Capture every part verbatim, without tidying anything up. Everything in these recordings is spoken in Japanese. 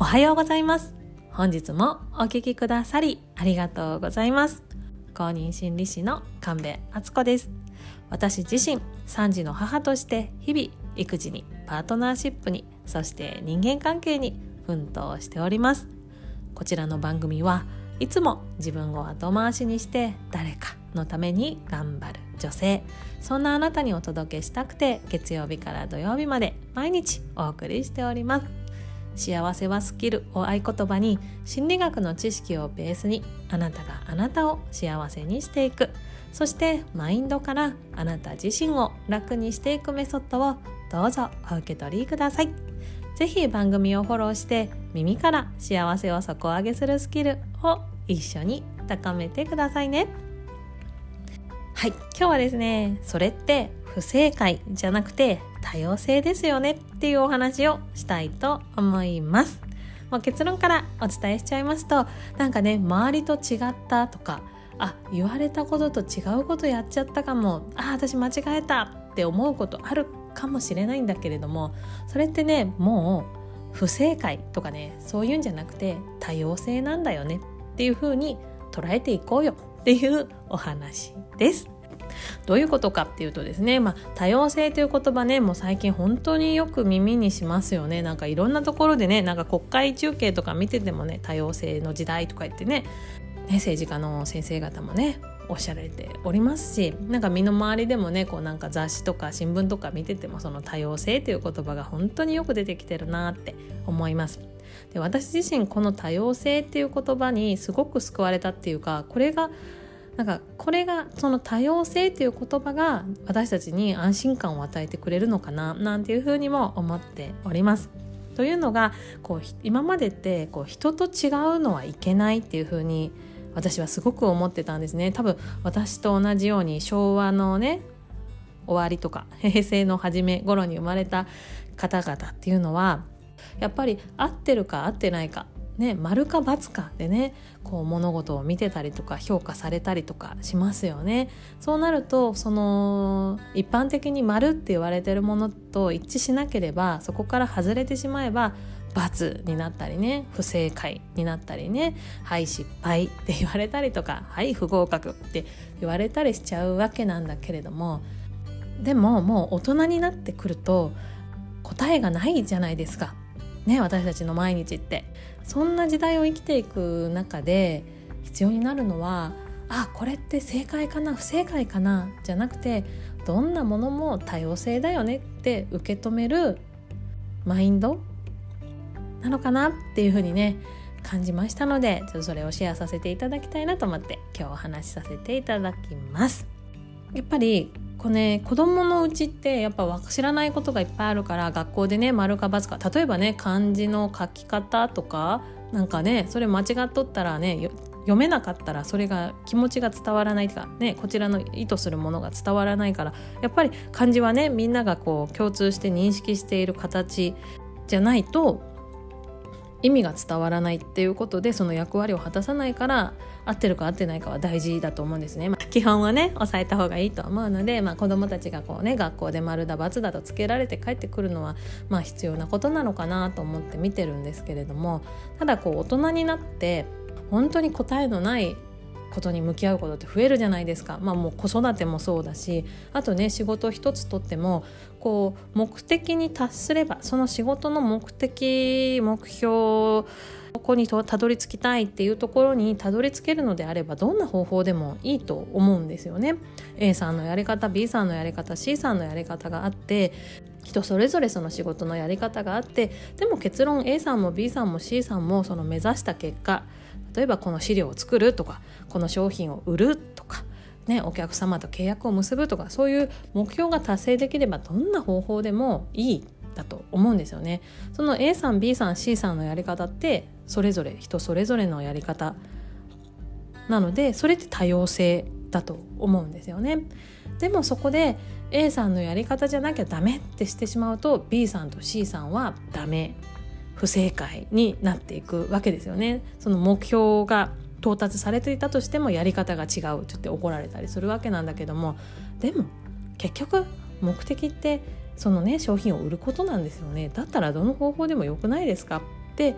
おはようございます。本日もお聞きくださりありがとうございます。公認心理師の神戸敦子です。私自身さん児の母として日々育児にパートナーシップにそして人間関係に奮闘しております。こちらの番組はいつも自分を後回しにして誰かのために頑張る女性、そんなあなたにお届けしたくて月曜日から土曜日まで毎日お送りしております。幸せはスキルを合言葉に心理学の知識をベースにあなたがあなたを幸せにしていく、そしてマインドからあなた自身を楽にしていくメソッドをどうぞお受け取りください。ぜひ番組をフォローして耳から幸せを底上げするスキルを一緒に高めてくださいね。はい、今日はですね、それって不正解じゃなくて多様性ですよねっていうお話をしたいと思います。まあ、結論からお伝えしちゃいますと、なんかね、周りと違ったとか、あ、言われたことと違うことやっちゃったかも、あ、私間違えたって思うことあるかもしれないんだけれども、それってね、もう不正解とかね、そういうんじゃなくて多様性なんだよねっていう風に捉えていこうよっていうお話です。どういうことかっていうとですね、まあ、多様性という言葉ね、もう最近本当によく耳にしますよね。なんかいろんなところでね、なんか国会中継とか見ててもね、多様性の時代とか言ってね、ね、政治家の先生方もねおっしゃられておりますし、なんか身の回りでもね、こうなんか雑誌とか新聞とか見ててもその多様性という言葉が本当によく出てきてるなって思います。で、私自身この多様性っていう言葉にすごく救われたっていうか、これがなんかこれがその多様性っていう言葉が私たちに安心感を与えてくれるのかななんていうふうにも思っております。というのが、こう今までってこう人と違うのはいけないっていうふうに私はすごく思ってたんですね。多分私と同じように昭和のね終わりとか平成の初め頃に生まれた方々っていうのは、やっぱり合ってるか合ってないかね、丸か×かでね、こう物事を見てたりとか評価されたりとかしますよね。そうなると、その一般的に丸って言われてるものと一致しなければ、そこから外れてしまえば×になったりね、不正解になったりね、はい失敗って言われたりとか、はい不合格って言われたりしちゃうわけなんだけれども、でももう大人になってくると答えがないじゃないですかね、私たちの毎日って。そんな時代を生きていく中で必要になるのは、あ、これって正解かな不正解かなじゃなくて、どんなものも多様性だよねって受け止めるマインドなのかなっていうふうにね感じましたので、ちょっとそれをシェアさせていただきたいなと思って今日お話しさせていただきます。やっぱりこれね、子供のうちってやっぱ知らないことがいっぱいあるから、学校でね丸か×か、例えばね漢字の書き方とかなんかね、それ間違っとったらね、読めなかったらそれが気持ちが伝わらないとかね、こちらの意図するものが伝わらないから、やっぱり漢字はねみんながこう共通して認識している形じゃないと意味が伝わらないっていうことで、その役割を果たさないから、合ってるか合ってないかは大事だと思うんですね。まあ、基本はね抑えた方がいいと思うので、まあ、子どもたちがこうね学校で丸だ×だとつけられて帰ってくるのはまあ必要なことなのかなと思って見てるんですけれども、ただこう大人になって本当に答えのないことに向き合うことって増えるじゃないですか。まあもう子育てもそうだし、あとね仕事一つとってもこう目的に達すれば、その仕事の目的目標ここにたどり着きたいっていうところにたどり着けるのであれば、どんな方法でもいいと思うんですよね。 A さんのやり方、 B さんのやり方、 C さんのやり方があって、人それぞれその仕事のやり方があって、でも結論 A さんも B さんも C さんもその目指した結果、例えばこの資料を作るとか、この商品を売るとか、ね、お客様と契約を結ぶとか、そういう目標が達成できればどんな方法でもいいだと思うんですよね。その A さん B さん C さんのやり方ってそれぞれ人それぞれのやり方なので、それって多様性だと思うんですよね。でもそこで A さんのやり方じゃなきゃダメってしてしまうと B さんと C さんはダメ、不正解になっていくわけですよね。その目標が到達されていたとしてもやり方が違うって言って怒られたりするわけなんだけども、でも結局目的ってそのね商品を売ることなんですよね。だったらどの方法でもよくないですかって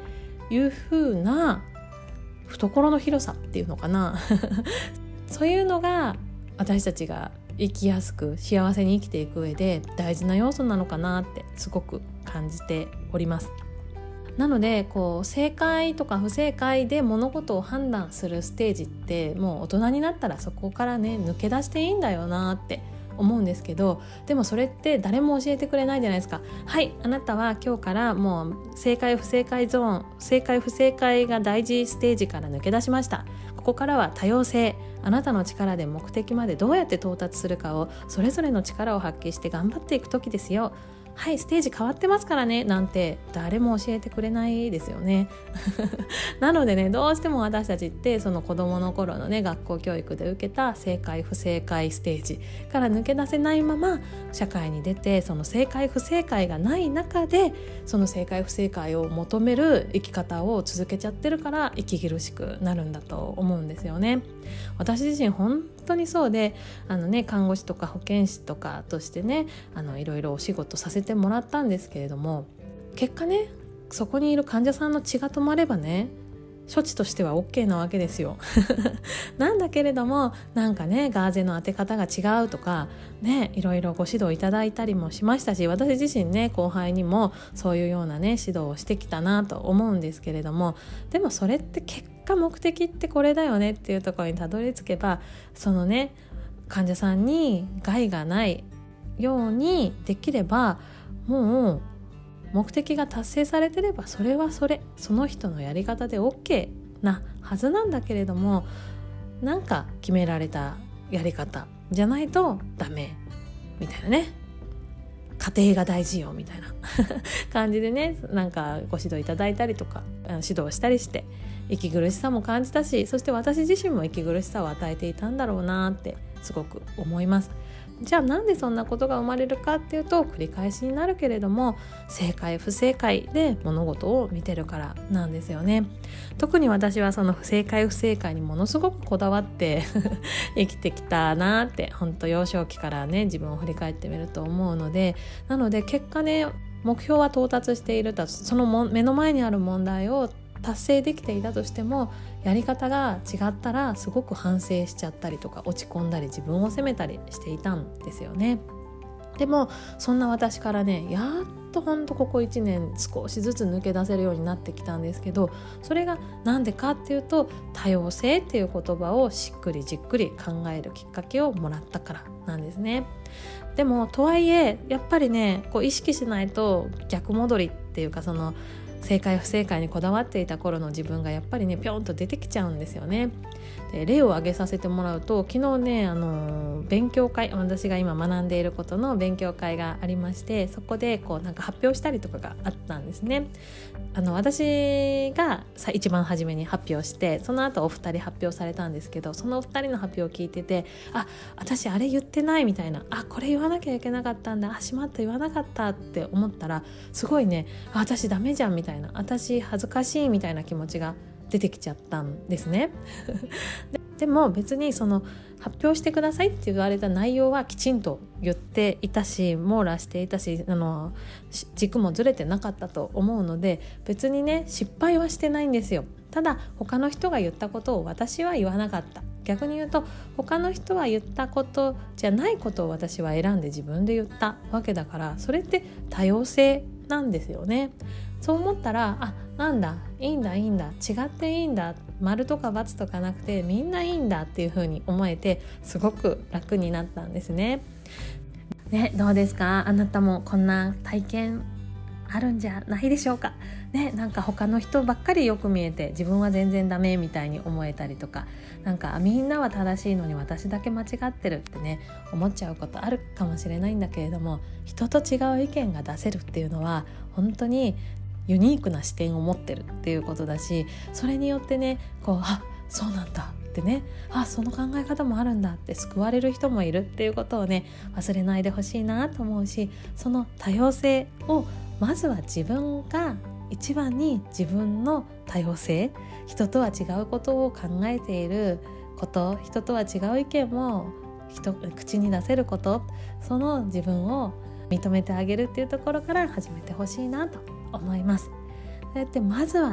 いう風な懐の広さっていうのかなそういうのが私たちが生きやすく幸せに生きていく上で大事な要素なのかなってすごく感じております。なのでこう正解とか不正解で物事を判断するステージってもう大人になったらそこからね抜け出していいんだよなって思うんですけど、でもそれって誰も教えてくれないじゃないですか。はい、あなたは今日からもう正解不正解ゾーン、正解不正解が大事ステージから抜け出しました。ここからは多様性、あなたの力で目的までどうやって到達するかをそれぞれの力を発揮して頑張っていく時ですよ。はい、ステージ変わってますからねなんて誰も教えてくれないですよねなのでね、どうしても私たちってその子供の頃のね学校教育で受けた正解不正解ステージから抜け出せないまま社会に出て、その正解不正解がない中でその正解不正解を求める生き方を続けちゃってるから息苦しくなるんだと思うんですよね。私自身本当にそうで、あのね看護師とか保健師とかとしてねあのいろいろお仕事させてもらったんですけれども、結果ねそこにいる患者さんの血が止まればね処置としては OK なわけですよなんだけれどもなんかねガーゼの当て方が違うとかねいろいろご指導いただいたりもしましたし、私自身ね後輩にもそういうようなね指導をしてきたなと思うんですけれども、でもそれって結果目的ってこれだよねっていうところにたどり着けば、そのね患者さんに害がないようにできればもう目的が達成されてればそれはそれその人のやり方で OK なはずなんだけれども、なんか決められたやり方じゃないとダメみたいなね、家庭が大事よみたいな感じでねなんかご指導いただいたりとか指導したりして息苦しさも感じたし、そして私自身も息苦しさを与えていたんだろうなってすごく思います。じゃあなんでそんなことが生まれるかっていうと、繰り返しになるけれども正解不正解で物事を見てるからなんですよね。特に私はその正解不正解にものすごくこだわって生きてきたなって、本当幼少期からね自分を振り返ってみると思うので、なので結果ね目標は到達していると、そのも目の前にある問題を達成できていたとしてもやり方が違ったらすごく反省しちゃったりとか落ち込んだり自分を責めたりしていたんですよね。でもそんな私からねやっとほんとここいちねん少しずつ抜け出せるようになってきたんですけど、それがなんでかっていうと多様性っていう言葉をしっくりじっくり考えるきっかけをもらったからなんですね。でもとはいえやっぱりねこう意識しないと逆戻りっていうか、その正解不正解にこだわっていた頃の自分がやっぱりねピョンと出てきちゃうんですよね。で例を挙げさせてもらうと、昨日ねあの勉強会、私が今学んでいることの勉強会がありまして、そこでこうなんか発表したりとかがあったんですね。あの私がさ一番初めに発表して、その後お二人発表されたんですけど、そのお二人の発表を聞いてて、あ私あれ言ってないみたいな、あこれ言わなきゃいけなかったんだ、あしまった言わなかったって思ったらすごいね、あ私ダメじゃんみたいな、私恥ずかしいみたいな気持ちが出てきちゃったんですねで, でも別にその発表してくださいって言われた内容はきちんと言っていたし網羅していたし、あの軸もずれてなかったと思うので、別にね失敗はしてないんですよ。ただ他の人が言ったことを私は言わなかった、逆に言うと他の人は言ったことじゃないことを私は選んで自分で言ったわけだから、それって多様性なんですよね。そう思ったら、あなんだいいんだいいんだ違っていいんだ、丸とか×とかなくてみんないいんだっていう風に思えてすごく楽になったんですね。ね、どうですか、あなたもこんな体験あるんじゃないでしょうかね。なんか他の人ばっかりよく見えて自分は全然ダメみたいに思えたりとか、なんかみんなは正しいのに私だけ間違ってるってね思っちゃうことあるかもしれないんだけれども、人と違う意見が出せるっていうのは本当にユニークな視点を持ってるっていうことだし、それによってねこうあそうなんだってね、あその考え方もあるんだって救われる人もいるっていうことをね忘れないでほしいなと思うし、その多様性をまずは自分が一番に自分の多様性、人とは違うことを考えていること、人とは違う意見も人口に出せること、その自分を認めてあげるっていうところから始めてほしいなと思います。そうやってまずは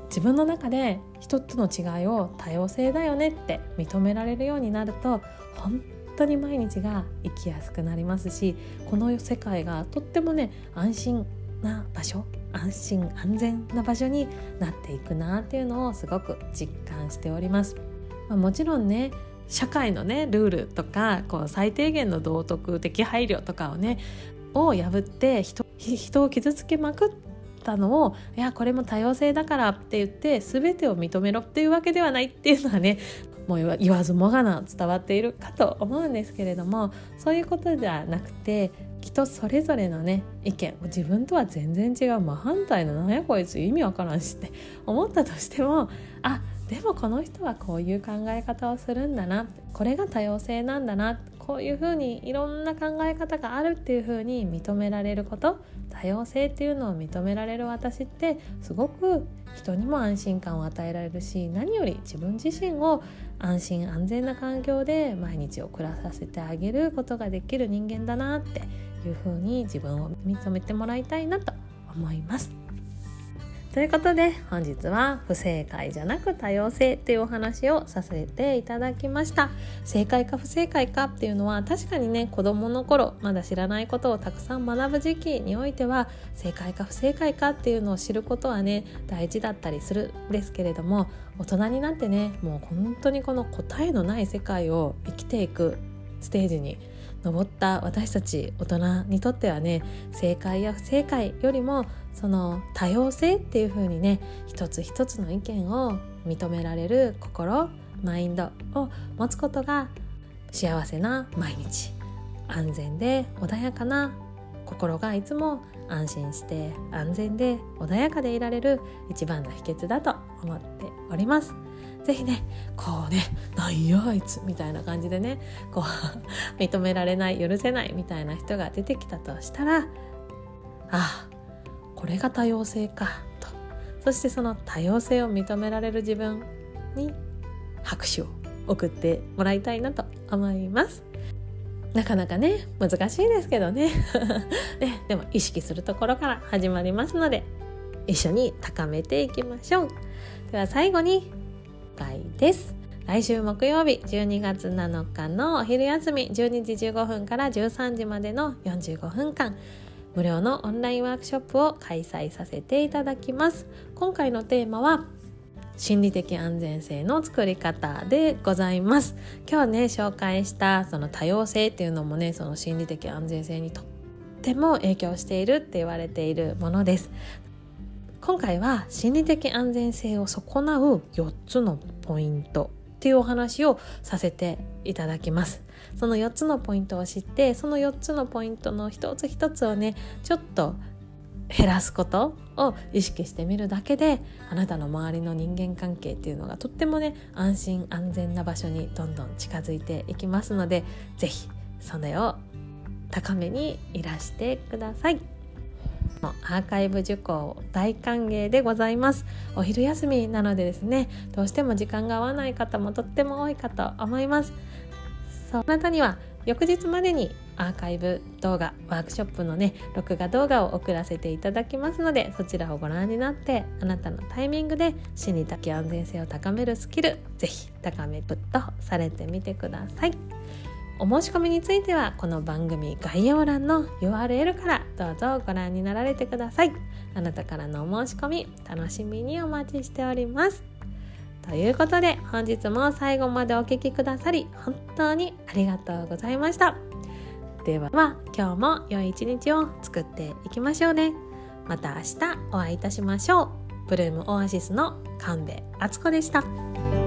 自分の中で人との違いを多様性だよねって認められるようになると、本当に毎日が生きやすくなりますし、この世界がとってもね安心な場所、安心安全な場所になっていくなっていうのをすごく実感しております。まあ、もちろんね社会のねルールとかこう最低限の道徳的配慮とかをねを破って人、人を傷つけまくったのを、いやこれも多様性だからって言って全てを認めろっていうわけではないっていうのはね、もう言わずもがな伝わっているかと思うんですけれども、そういうことではなくて、人それぞれのね意見、自分とは全然違う真反対の、なんやこいつ意味わからんしって思ったとしても、あでもこの人はこういう考え方をするんだな、これが多様性なんだな、こういうふうにいろんな考え方があるっていうふうに認められること、多様性っていうのを認められる私ってすごく人にも安心感を与えられるし、何より自分自身を安心安全な環境で毎日を暮らさせてあげることができる人間だなっていうふうに自分を認めてもらいたいなと思います。ということで本日は不正解じゃなく多様性っていうお話をさせていただきました。正解か不正解かっていうのは確かにね、子供の頃まだ知らないことをたくさん学ぶ時期においては正解か不正解かっていうのを知ることはね大事だったりするんですけれども、大人になってねもう本当にこの答えのない世界を生きていくステージに登った私たち大人にとってはね、正解や不正解よりもその多様性っていう風にね、一つ一つの意見を認められる心、マインドを持つことが幸せな毎日、安全で穏やかな心がいつも安心して安全で穏やかでいられる一番の秘訣だと思っております。ぜひねこうねなんやあいつみたいな感じでねこう認められない許せないみたいな人が出てきたとしたら、ああこれが多様性かと、そしてその多様性を認められる自分に拍手を送ってもらいたいなと思います。なかなかね難しいですけどねね、でも意識するところから始まりますので一緒に高めていきましょう。では最後にです。来週木曜日じゅうにがつなのかのお昼休みじゅうにじじゅうごふんからじゅうさんじまでのよんじゅうごふんかん無料のオンラインワークショップを開催させていただきます。今回のテーマは心理的安全性の作り方でございます。今日ね紹介したその多様性っていうのもね、その心理的安全性にとっても影響しているって言われているものです。今回は心理的安全性を損なうよっつのポイントっていうお話をさせていただきます。そのよっつのポイントを知って、そのよっつのポイントの一つ一つをねちょっと減らすことを意識してみるだけで、あなたの周りの人間関係っていうのがとってもね安心安全な場所にどんどん近づいていきますので、ぜひそれを高めにいらしてください。アーカイブ受講大歓迎でございます。お昼休みなのでですね、どうしても時間が合わない方もとっても多いかと思います。そう、あなたには翌日までにアーカイブ動画、ワークショップのね録画動画を送らせていただきますので、そちらをご覧になってあなたのタイミングで心理的安全性を高めるスキル、ぜひ高めぶっとされてみてください。お申し込みについてはこの番組概要欄の ユーアールエル からどうぞご覧になられてください。あなたからのお申し込み楽しみにお待ちしております。ということで本日も最後までお聞きくださり本当にありがとうございました。では今日も良い一日を作っていきましょうね。また明日お会いいたしましょう。ブルームオアシスの神戸敦子でした。